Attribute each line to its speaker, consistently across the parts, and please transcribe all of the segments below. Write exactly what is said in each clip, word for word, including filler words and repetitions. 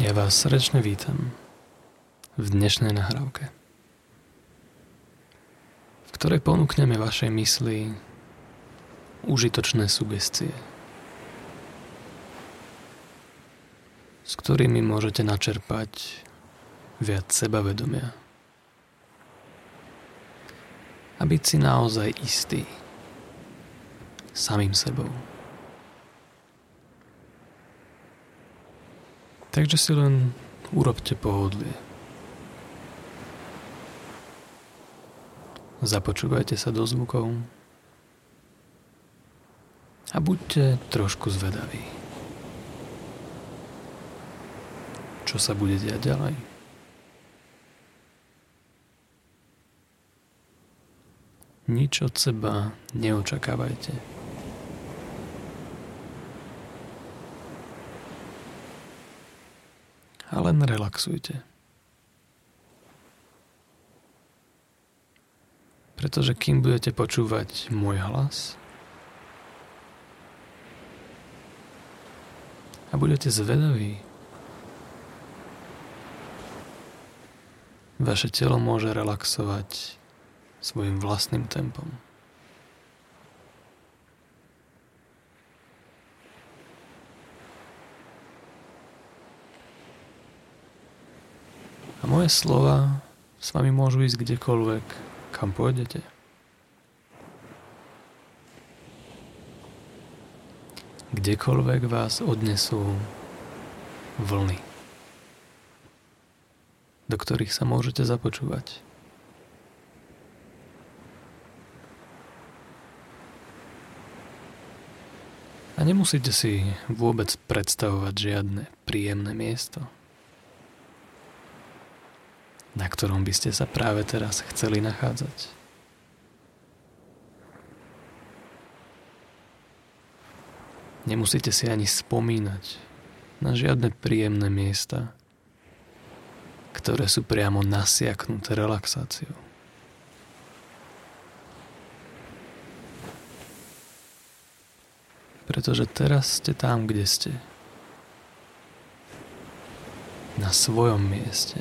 Speaker 1: Ja vás srdečne vítam v dnešnej nahrávke, v ktorej ponúkneme vašej mysli užitočné sugestie, s ktorými môžete načerpať viac sebavedomia a byť si naozaj istý samým sebou. Takže si len urobte pohodlie. Započúvajte sa do zvukov a buďte trošku zvedaví. Čo sa bude diať ďalej? Nič od seba neočakávajte. A len relaxujte. Pretože kým budete počúvať môj hlas a budete zvedaví, vaše telo môže relaxovať svojim vlastným tempom. A moje slova s vami môžu ísť kdekoľvek, kam pôjdete. Kdekoľvek vás odnesú vlny, do ktorých sa môžete započúvať. A nemusíte si vôbec predstavovať žiadne príjemné miesto, na ktorom by ste sa práve teraz chceli nachádzať. Nemusíte si ani spomínať na žiadne príjemné miesta, ktoré sú priamo nasiaknuté relaxáciou. Pretože teraz ste tam, kde ste. Na svojom mieste,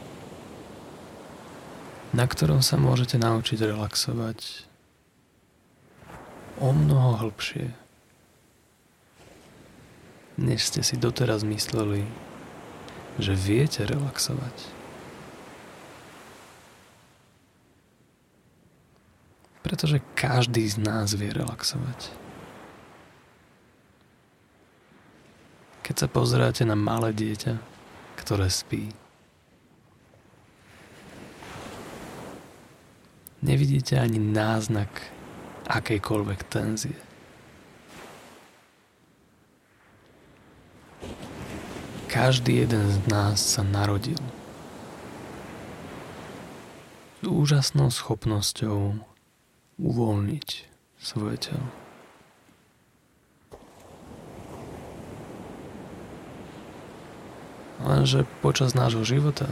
Speaker 1: na ktorom sa môžete naučiť relaxovať o mnoho hlbšie, než ste si doteraz mysleli, že viete relaxovať. Pretože každý z nás vie relaxovať. Keď sa pozeráte na malé dieťa, ktoré spí, nevidíte ani náznak akejkoľvek tenzie. Každý jeden z nás sa narodil s úžasnou schopnosťou uvoľniť svoje telo. Lenže počas nášho života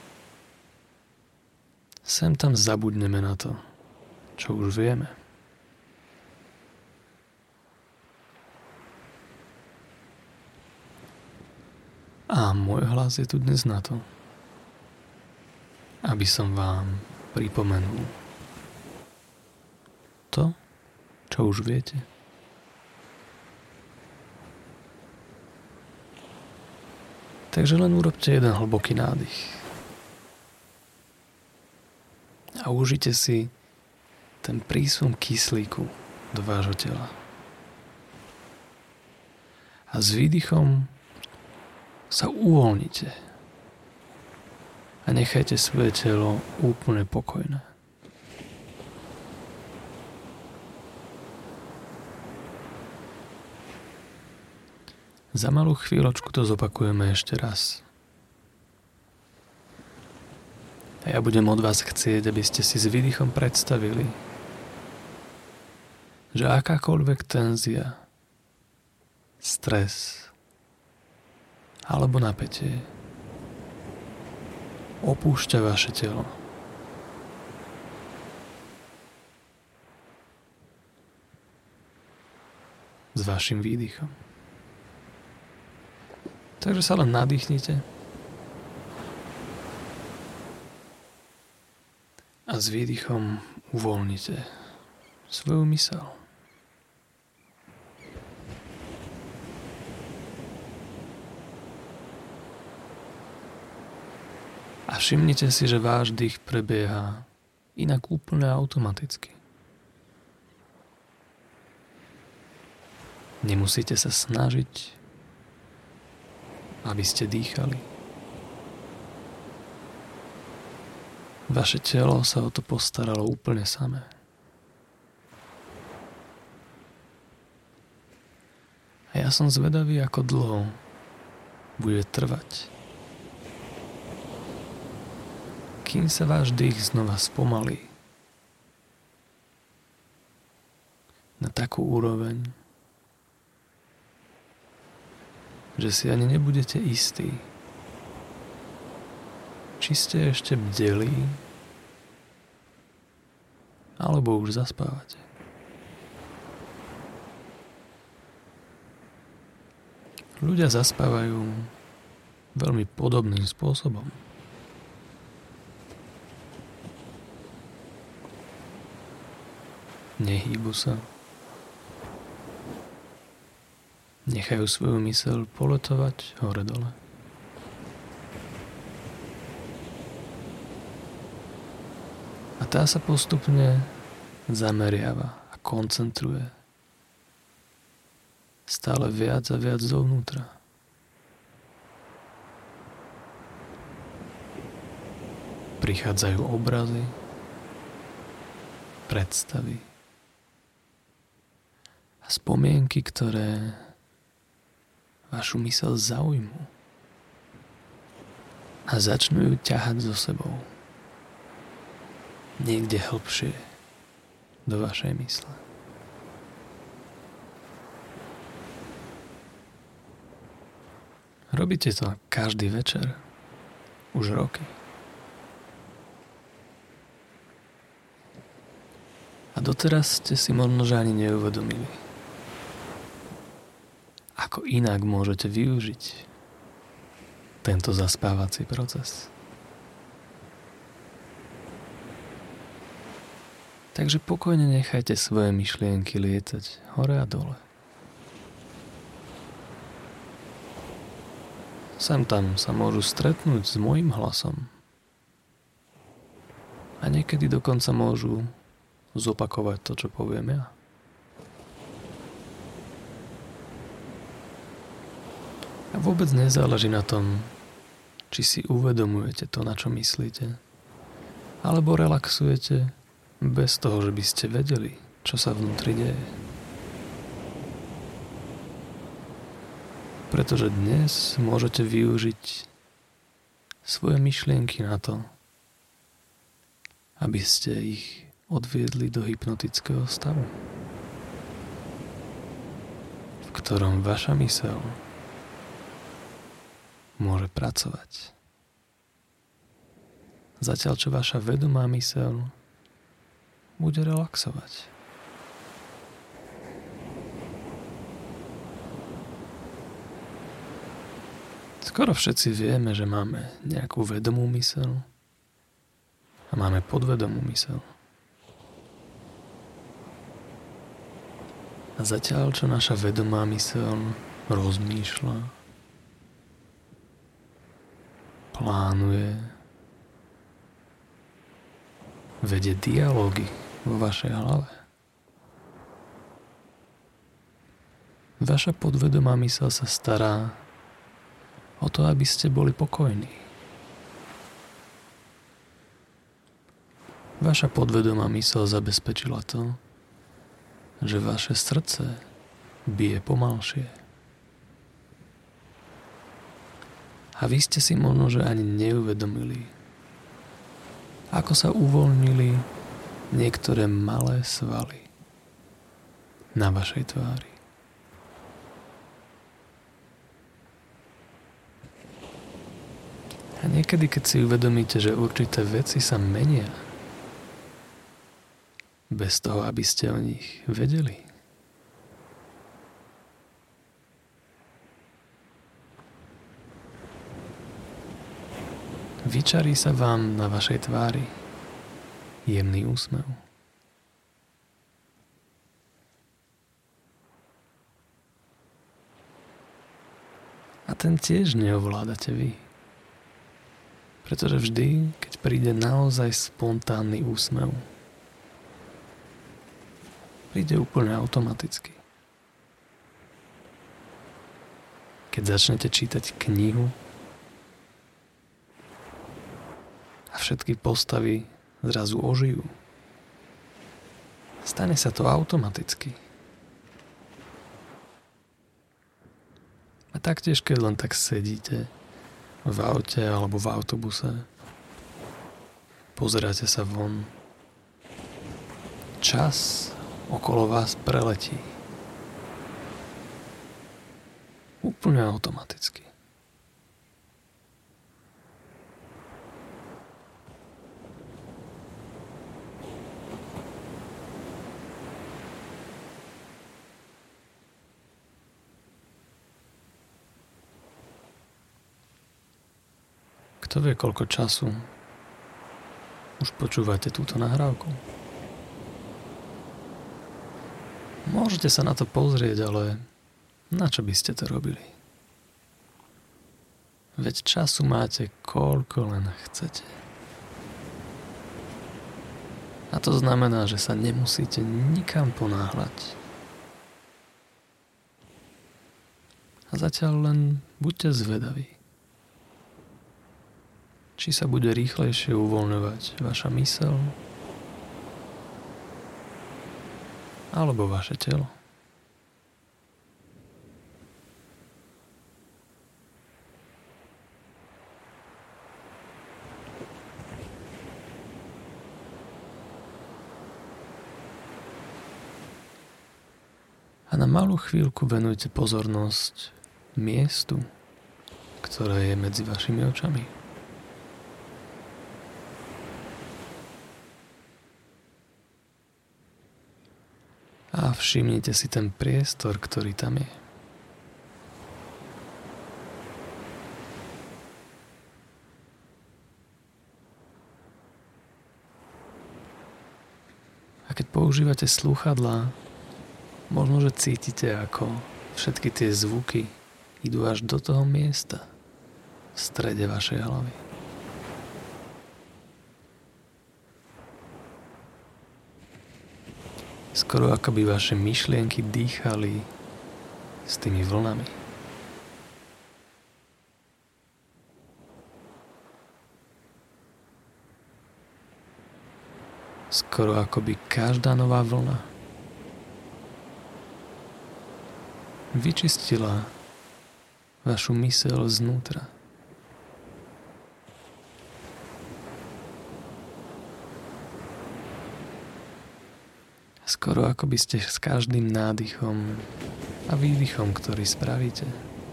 Speaker 1: sem tam zabudneme na to, čo už vieme. A môj hlas je tu dnes na to, aby som vám pripomenul to, čo už viete. Takže len urobte jeden hlboký nádych. A užite si ten prísun kyslíku do vášho tela. A s výdychom sa uvoľnite. A nechajte svoje telo úplne pokojné. Za malú chvíľočku to zopakujeme ešte raz. A ja budem od vás chcieť, aby ste si s výdychom predstavili, že akákoľvek tenzia, stres alebo napätie opúšťa vaše telo. S vašim výdychom. Takže sa len nadýchnite A s výdychom uvoľnite svoju myseľ. A všimnite si, že váš dých prebieha inak úplne automaticky. Nemusíte sa snažiť, aby ste dýchali. Vaše telo sa o to postaralo úplne samé. A ja som zvedavý, ako dlho bude trvať, kým sa váš dých znova spomalí na takú úroveň, že si ani nebudete istí, či ste ešte bdeli, alebo už zaspávate. Ľudia zaspávajú veľmi podobným spôsobom. Nehýbu sa. Nechajú svoju myseľ poletovať hore-dole. A tá sa postupne zameriava a koncentruje stále viac a viac dovnútra. Prichádzajú obrazy, predstavy a spomienky, ktoré vašu myseľ zaujmú a začnú ju ťahať so sebou niekde hlbšie do vašej mysle. Robíte to každý večer už roky. A doteraz ste si možno, že ani neuvedomili, ako inak môžete využiť tento zaspávací proces. Takže pokojne nechajte svoje myšlienky lietať hore a dole. Sem tam sa môžu stretnúť s mojím hlasom. A niekedy dokonca môžu zopakovať to, čo poviem ja. A vôbec nezáleží na tom, či si uvedomujete to, na čo myslíte, alebo relaxujete bez toho, že by ste vedeli, čo sa vnútri deje. Pretože dnes môžete využiť svoje myšlienky na to, aby ste ich odviedli do hypnotického stavu, v ktorom vaša myseľ môže pracovať. Zatiaľ, čo vaša vedomá myseľ bude relaxovať. Skoro všetci vieme, že máme nejakú vedomú myseľ a máme podvedomú myseľ. A zatiaľ, čo naša vedomá myseľ rozmýšľa, plánuje, vedie dialógy vo vašej hlave. Vaša podvedomá myseľ sa stará o to, aby ste boli pokojní. Vaša podvedomá myseľ zabezpečila to, že vaše srdce bije pomalšie. A vy ste si možno, že ani neuvedomili, ako sa uvoľnili niektoré malé svaly na vašej tvári. A niekedy, keď si uvedomíte, že určité veci sa menia, bez toho, aby ste o nich vedeli, vyčarí sa vám na vašej tvári jemný úsmev. A ten tiež neovládate vy. Pretože vždy, keď príde naozaj spontánny úsmev, príde úplne automaticky. Keď začnete čítať knihu a všetky postavy zrazu ožijú, stane sa to automaticky. A taktiež, keď len tak sedíte v aute alebo v autobuse, pozeráte sa von, čas okolo vás preletí. Úplne automaticky. Kto vie, koľko času už počúvate túto nahrávku? Môžete sa na to pozrieť, ale na čo by ste to robili? Veď času máte, koľko len chcete. A to znamená, že sa nemusíte nikam ponáhľať. A zatiaľ len buďte zvedaví. Či sa bude rýchlejšie uvoľňovať vaša myseľ alebo vaše telo. A na malú chvíľku venujte pozornosť miestu, ktoré je medzi vašimi očami. A všimnite si ten priestor, ktorý tam je. A keď používate slúchadlá, možno, že cítite, ako všetky tie zvuky idú až do toho miesta v strede vašej hlavy. Skoro ako by vaše myšlienky dýchali s tými vlnami. Skoro ako by každá nová vlna vyčistila vašu myseľ znútra. Skoro ako by ste s každým nádychom a výdychom, ktorý spravíte,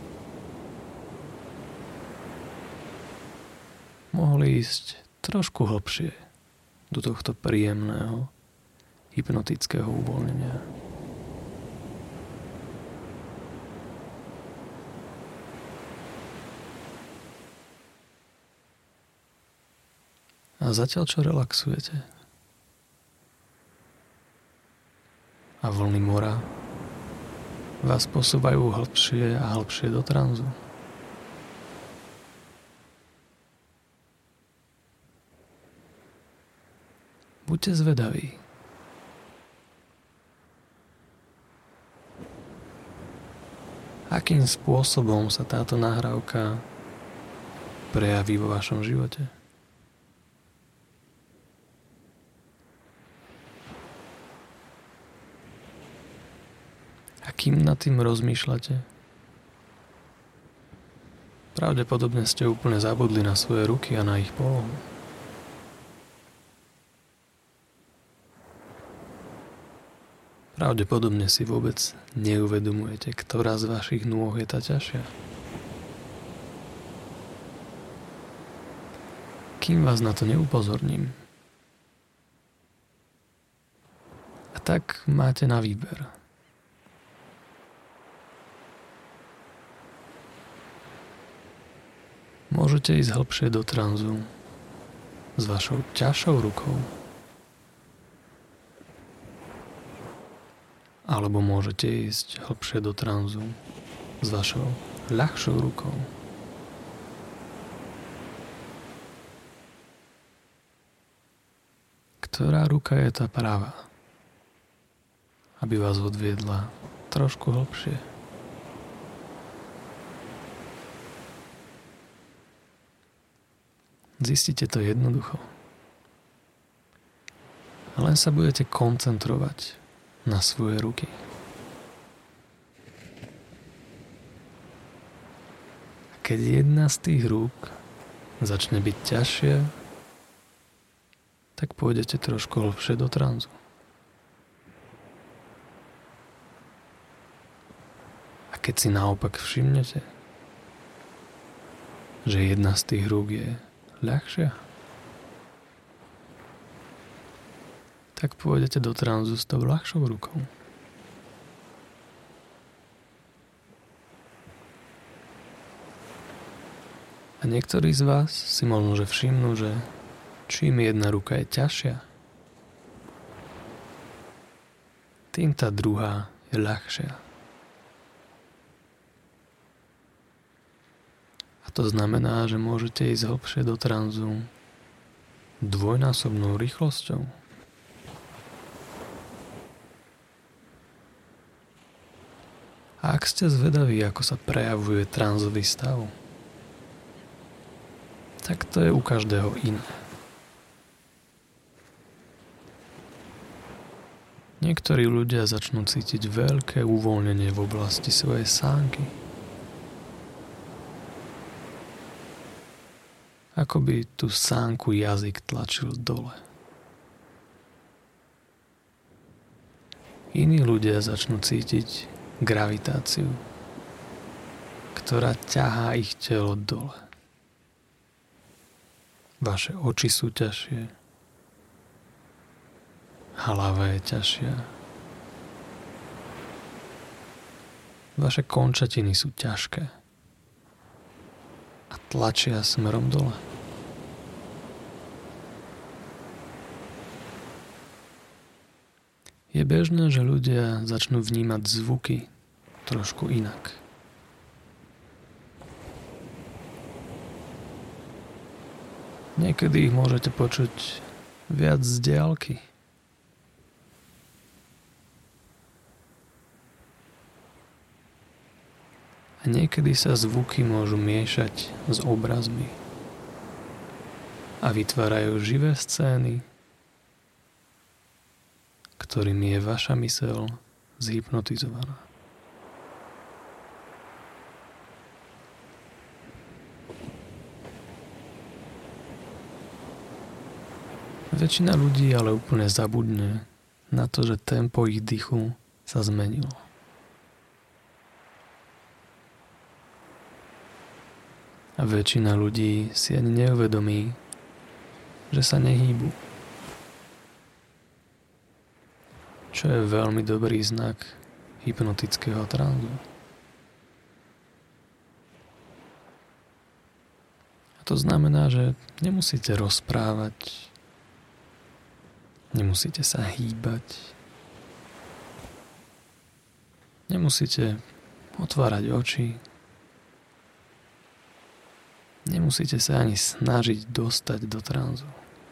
Speaker 1: mohli ísť trošku hlbšie do tohto príjemného hypnotického uvoľnenia. A zatiaľ, čo relaxujete, a vlny mora vás posúvajú hlbšie a hlbšie do tranzu. Buďte zvedaví. Akým spôsobom sa táto nahrávka prejaví vo vašom živote? A kým nad tým rozmýšľate, pravdepodobne ste úplne zabudli na svoje ruky a na ich polohu. Pravdepodobne si vôbec neuvedomujete, ktorá z vašich nôh je tá ťažšia. Kým vás na to neupozorním. A tak máte na výber. Môžete ísť hlbšie do tranzu s vašou ťažšou rukou Alebo môžete ísť hlbšie do tranzu s vašou ľahšou rukou. Ktorá ruka je tá pravá? Aby vás odviedla trošku hlbšie. Zistíte to jednoducho. Len sa budete koncentrovať na svoje ruky. A keď jedna z tých rúk začne byť ťažšia, tak pôjdete trošku hlbšie do tranzu. A keď si naopak všimnete, že jedna z tých rúk je ľahšia, tak pôjdete do tranzu s tou ľahšou rukou. A niektorí z vás si možno že všimnú, že čím jedna ruka je ťažšia, tým tá druhá je ľahšia. A to znamená, že môžete ísť hlbšie do tranzu dvojnásobnou rýchlosťou. A ak ste zvedaví, ako sa prejavuje tranzový stav, tak to je u každého iné. Niektorí ľudia začnú cítiť veľké uvoľnenie v oblasti svojej sánky. Ako by tú sánku jazyk tlačil dole. Iní ľudia začnú cítiť gravitáciu, ktorá ťahá ich telo dole. Vaše oči sú ťažšie, hlava je ťažšia, vaše končatiny sú ťažké a tlačia smerom dole. Je bežné, že ľudia začnú vnímať zvuky trošku inak. Niekedy ich môžete počuť viac z diaľky. A niekedy sa zvuky môžu miešať s obrazmi a vytvárajú živé scény, ktorými je vaša myseľ zhypnotizovaná. Väčšina ľudí ale úplne zabudne na to, že tempo ich dýchu sa zmenilo. A väčšina ľudí si ani neuvedomí, že sa nehýbu. Čo je veľmi dobrý znak hypnotického tranzu. A to znamená, že nemusíte rozprávať, nemusíte sa hýbať, nemusíte otvárať oči, nemusíte sa ani snažiť dostať do tranzu.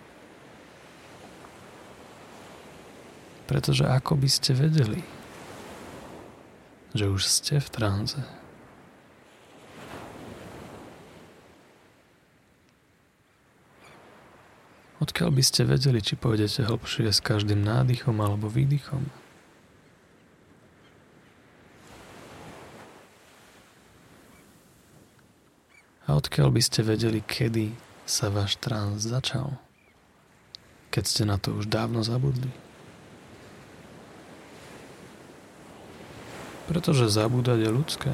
Speaker 1: Pretože ako by ste vedeli, že už ste v tranze? Odkiaľ by ste vedeli, či pôjdete hlbšie s každým nádychom alebo výdychom? A odkiaľ by ste vedeli, kedy sa váš trans začal? Keď ste na to už dávno zabudli? Pretože zabúdať je ľudské.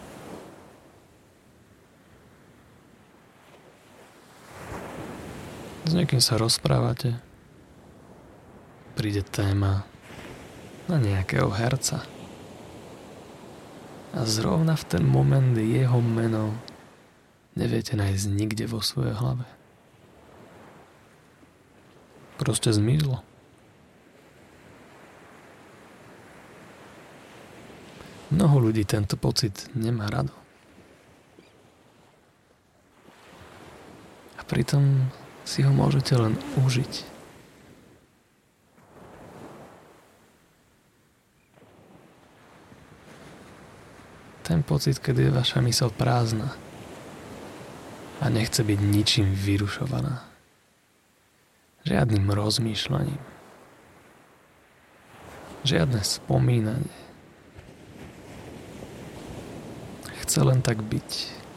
Speaker 1: S niekým sa rozprávate, príde téma na nejakého herca a zrovna v ten moment jeho meno neviete nájsť nikde vo svojej hlave. Proste zmizlo. Mnoho ľudí tento pocit nemá rado. A pritom si ho môžete len užiť. Ten pocit, kedy je vaša myseľ prázdna a nechce byť ničím vyrušovaná. Žiadnym rozmýšľaním. Žiadne spomínanie. Chce len tak byť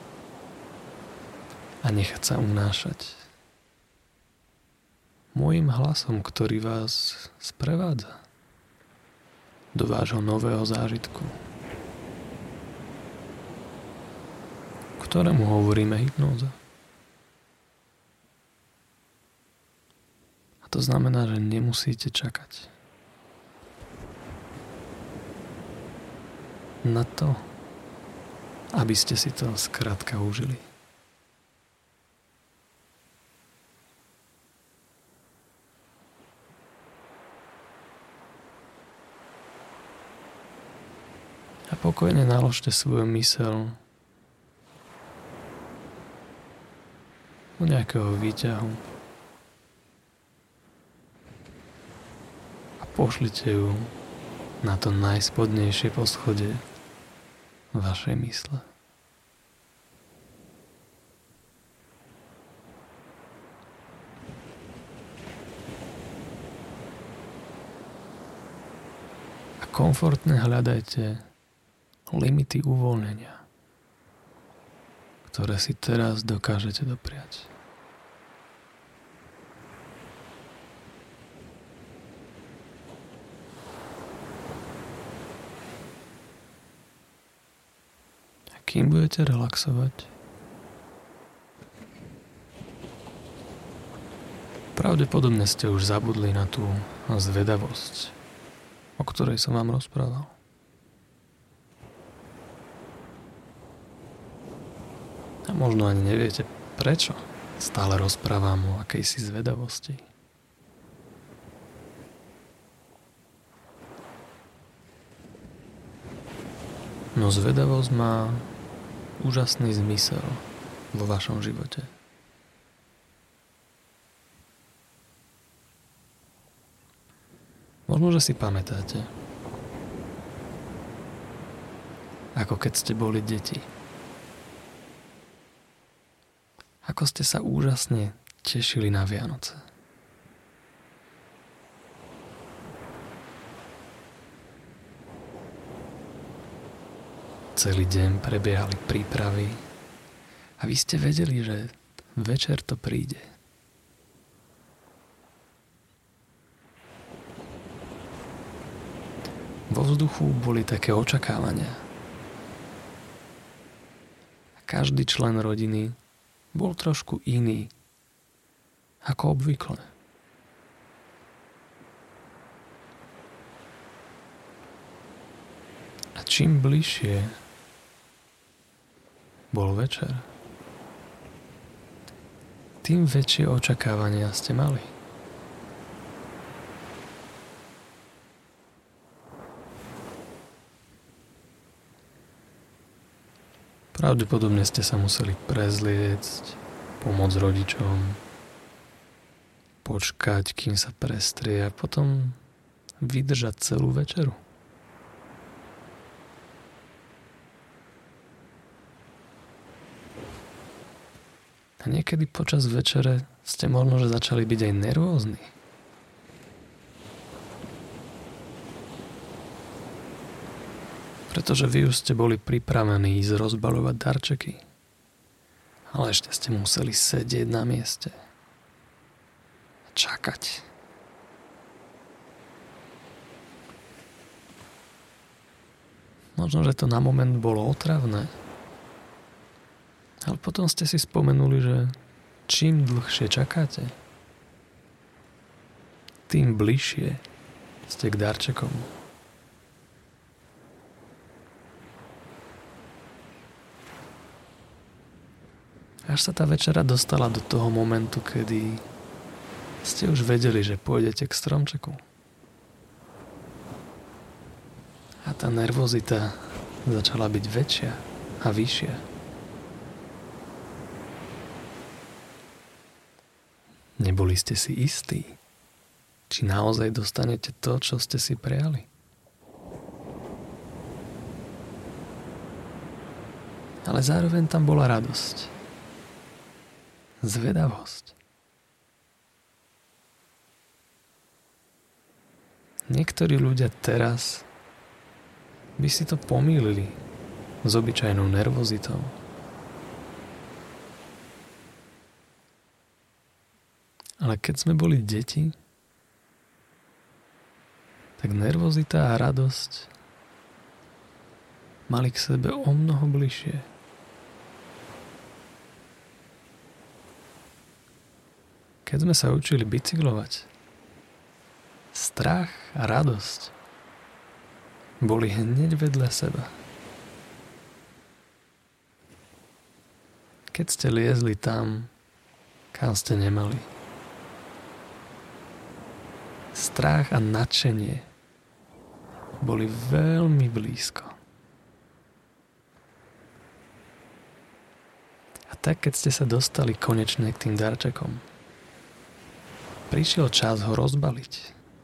Speaker 1: a nechať sa unášať môjim hlasom, ktorý vás sprevádza do vášho nového zážitku, ktorému hovoríme hypnóza. A to znamená, že nemusíte čakať na to, aby ste si to skrátka užili. A pokojne naložte svoju myseľ do nejakého výťahu a pošlite ju na to najspodnejšie poschodie vašej mysle. A komfortne hľadajte limity uvoľnenia, ktoré si teraz dokážete dopriať. Kým budete relaxovať, pravdepodobne ste už zabudli na tú zvedavosť, o ktorej som vám rozprával. A možno ani neviete, prečo stále rozprávam o akejsi zvedavosti. No zvedavosť má úžasný zmysel vo vašom živote. Možno, že si pamätáte, ako keď ste boli deti. Ako ste sa úžasne tešili na Vianoce. Celý deň prebiehali prípravy a vy ste vedeli, že večer to príde. Vo vzduchu boli také očakávania. Každý člen rodiny bol trošku iný ako obvykle. A čím bližšie bol večer, tým väčšie očakávania ste mali. Pravdepodobne ste sa museli prezliecť, pomôcť rodičom, počkať, kým sa prestrie a potom vydržať celú večeru. A niekedy počas večere ste možno, že začali byť aj nervózni. Pretože vy už ste boli pripravení ísť rozbaľovať darčeky. Ale ešte ste museli sedieť na mieste. A čakať. Možno, že to na moment bolo otravné. Ale potom ste si spomenuli, že čím dlhšie čakáte, tým bližšie ste k darčekom. Až sa tá večera dostala do toho momentu, kedy ste už vedeli, že pôjdete k stromčeku. A tá nervozita začala byť väčšia a vyššia. Neboli ste si istí, či naozaj dostanete to, čo ste si prijali. Ale zároveň tam bola radosť. Zvedavosť. Niektorí ľudia teraz by si to pomýlili s obyčajnou nervozitou. Ale keď sme boli deti, tak nervozita a radosť mali k sebe o mnoho bližšie. Keď sme sa učili bicyklovať, strach a radosť boli hneď vedľa seba. Keď ste liezli tam, kam ste nemali. Strach a nadšenie boli veľmi blízko. A tak, keď ste sa dostali konečne k tým darčekom, prišiel čas ho rozbaliť.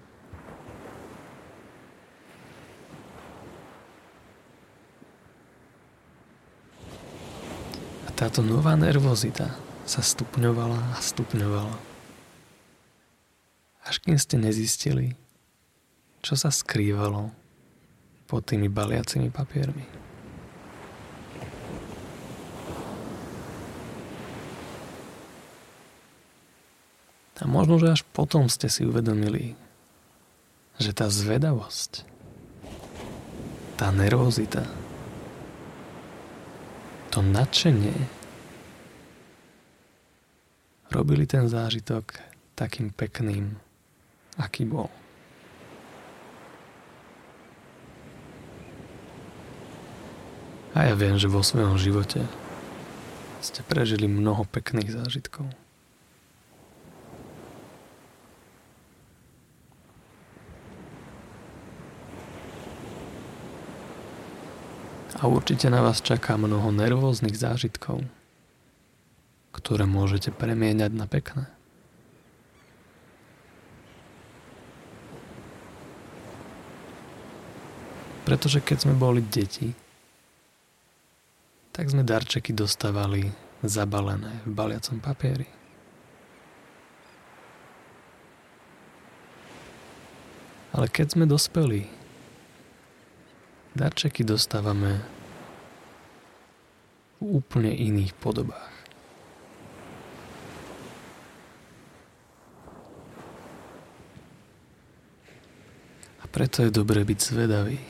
Speaker 1: A táto nová nervozita sa stupňovala a stupňovala. Až kým ste nezistili, čo sa skrývalo pod tými baliacimi papiermi. A možno, že až potom ste si uvedomili, že tá zvedavosť, tá nervozita, to nadšenie robili ten zážitok takým pekným, aký bol. A ja viem, že vo svojom živote ste prežili mnoho pekných zážitkov. A určite na vás čaká mnoho nervóznych zážitkov, ktoré môžete premieňať na pekné. Pretože keď sme boli deti, tak sme darčeky dostávali zabalené v baliacom papieri. Ale keď sme dospeli, darčeky dostávame v úplne iných podobách. A preto je dobré byť zvedavý.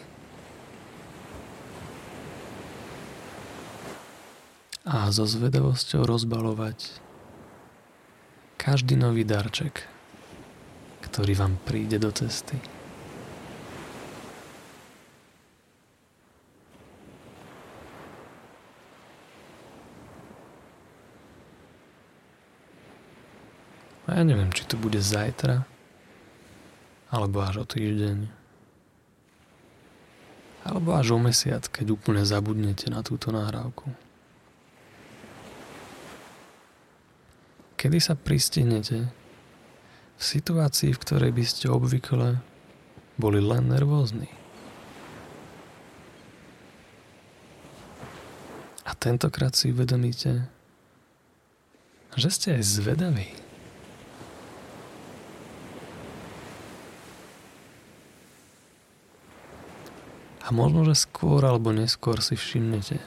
Speaker 1: A so zvedavosťou rozbalovať každý nový darček, ktorý vám príde do cesty. A ja neviem, či to bude zajtra, alebo až o týždeň, alebo až o mesiac, keď úplne zabudnete na túto nahrávku. Kedy sa pristihnete v situácii, v ktorej by ste obvykle boli len nervózni. A tentokrát si uvedomíte, že ste aj zvedaví. A možno, že skôr alebo neskôr si všimnete,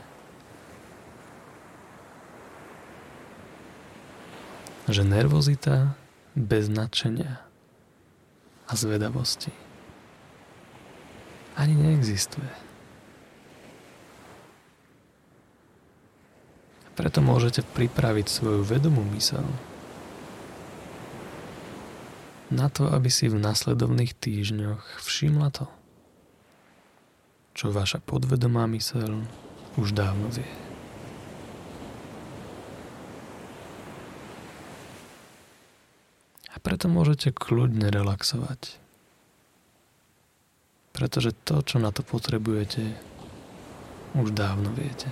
Speaker 1: že nervozita bez nadšenia a zvedavosti ani neexistuje. A preto môžete pripraviť svoju vedomú myseľ na to, aby si v nasledovných týždňoch všimla to, čo vaša podvedomá myseľ už dávno vie. A preto môžete kľudne relaxovať. Pretože to, čo na to potrebujete, už dávno viete.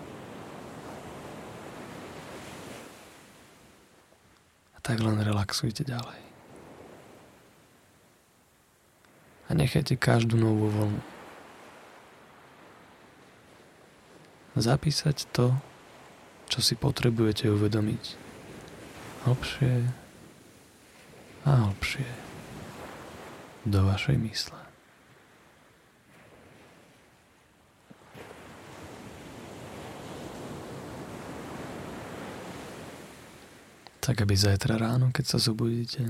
Speaker 1: A tak len relaxujte ďalej. A nechajte každú novú vlnu zapísať to, čo si potrebujete uvedomiť. Hlbšie a hlbšie do vašej mysle. Tak aby zajtra ráno, keď sa zobudíte,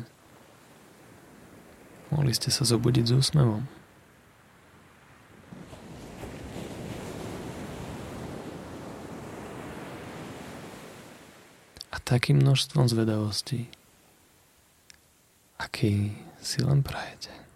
Speaker 1: mohli ste sa zobudiť s úsmevom. A takým množstvom zvedavostí, aký si len prajete.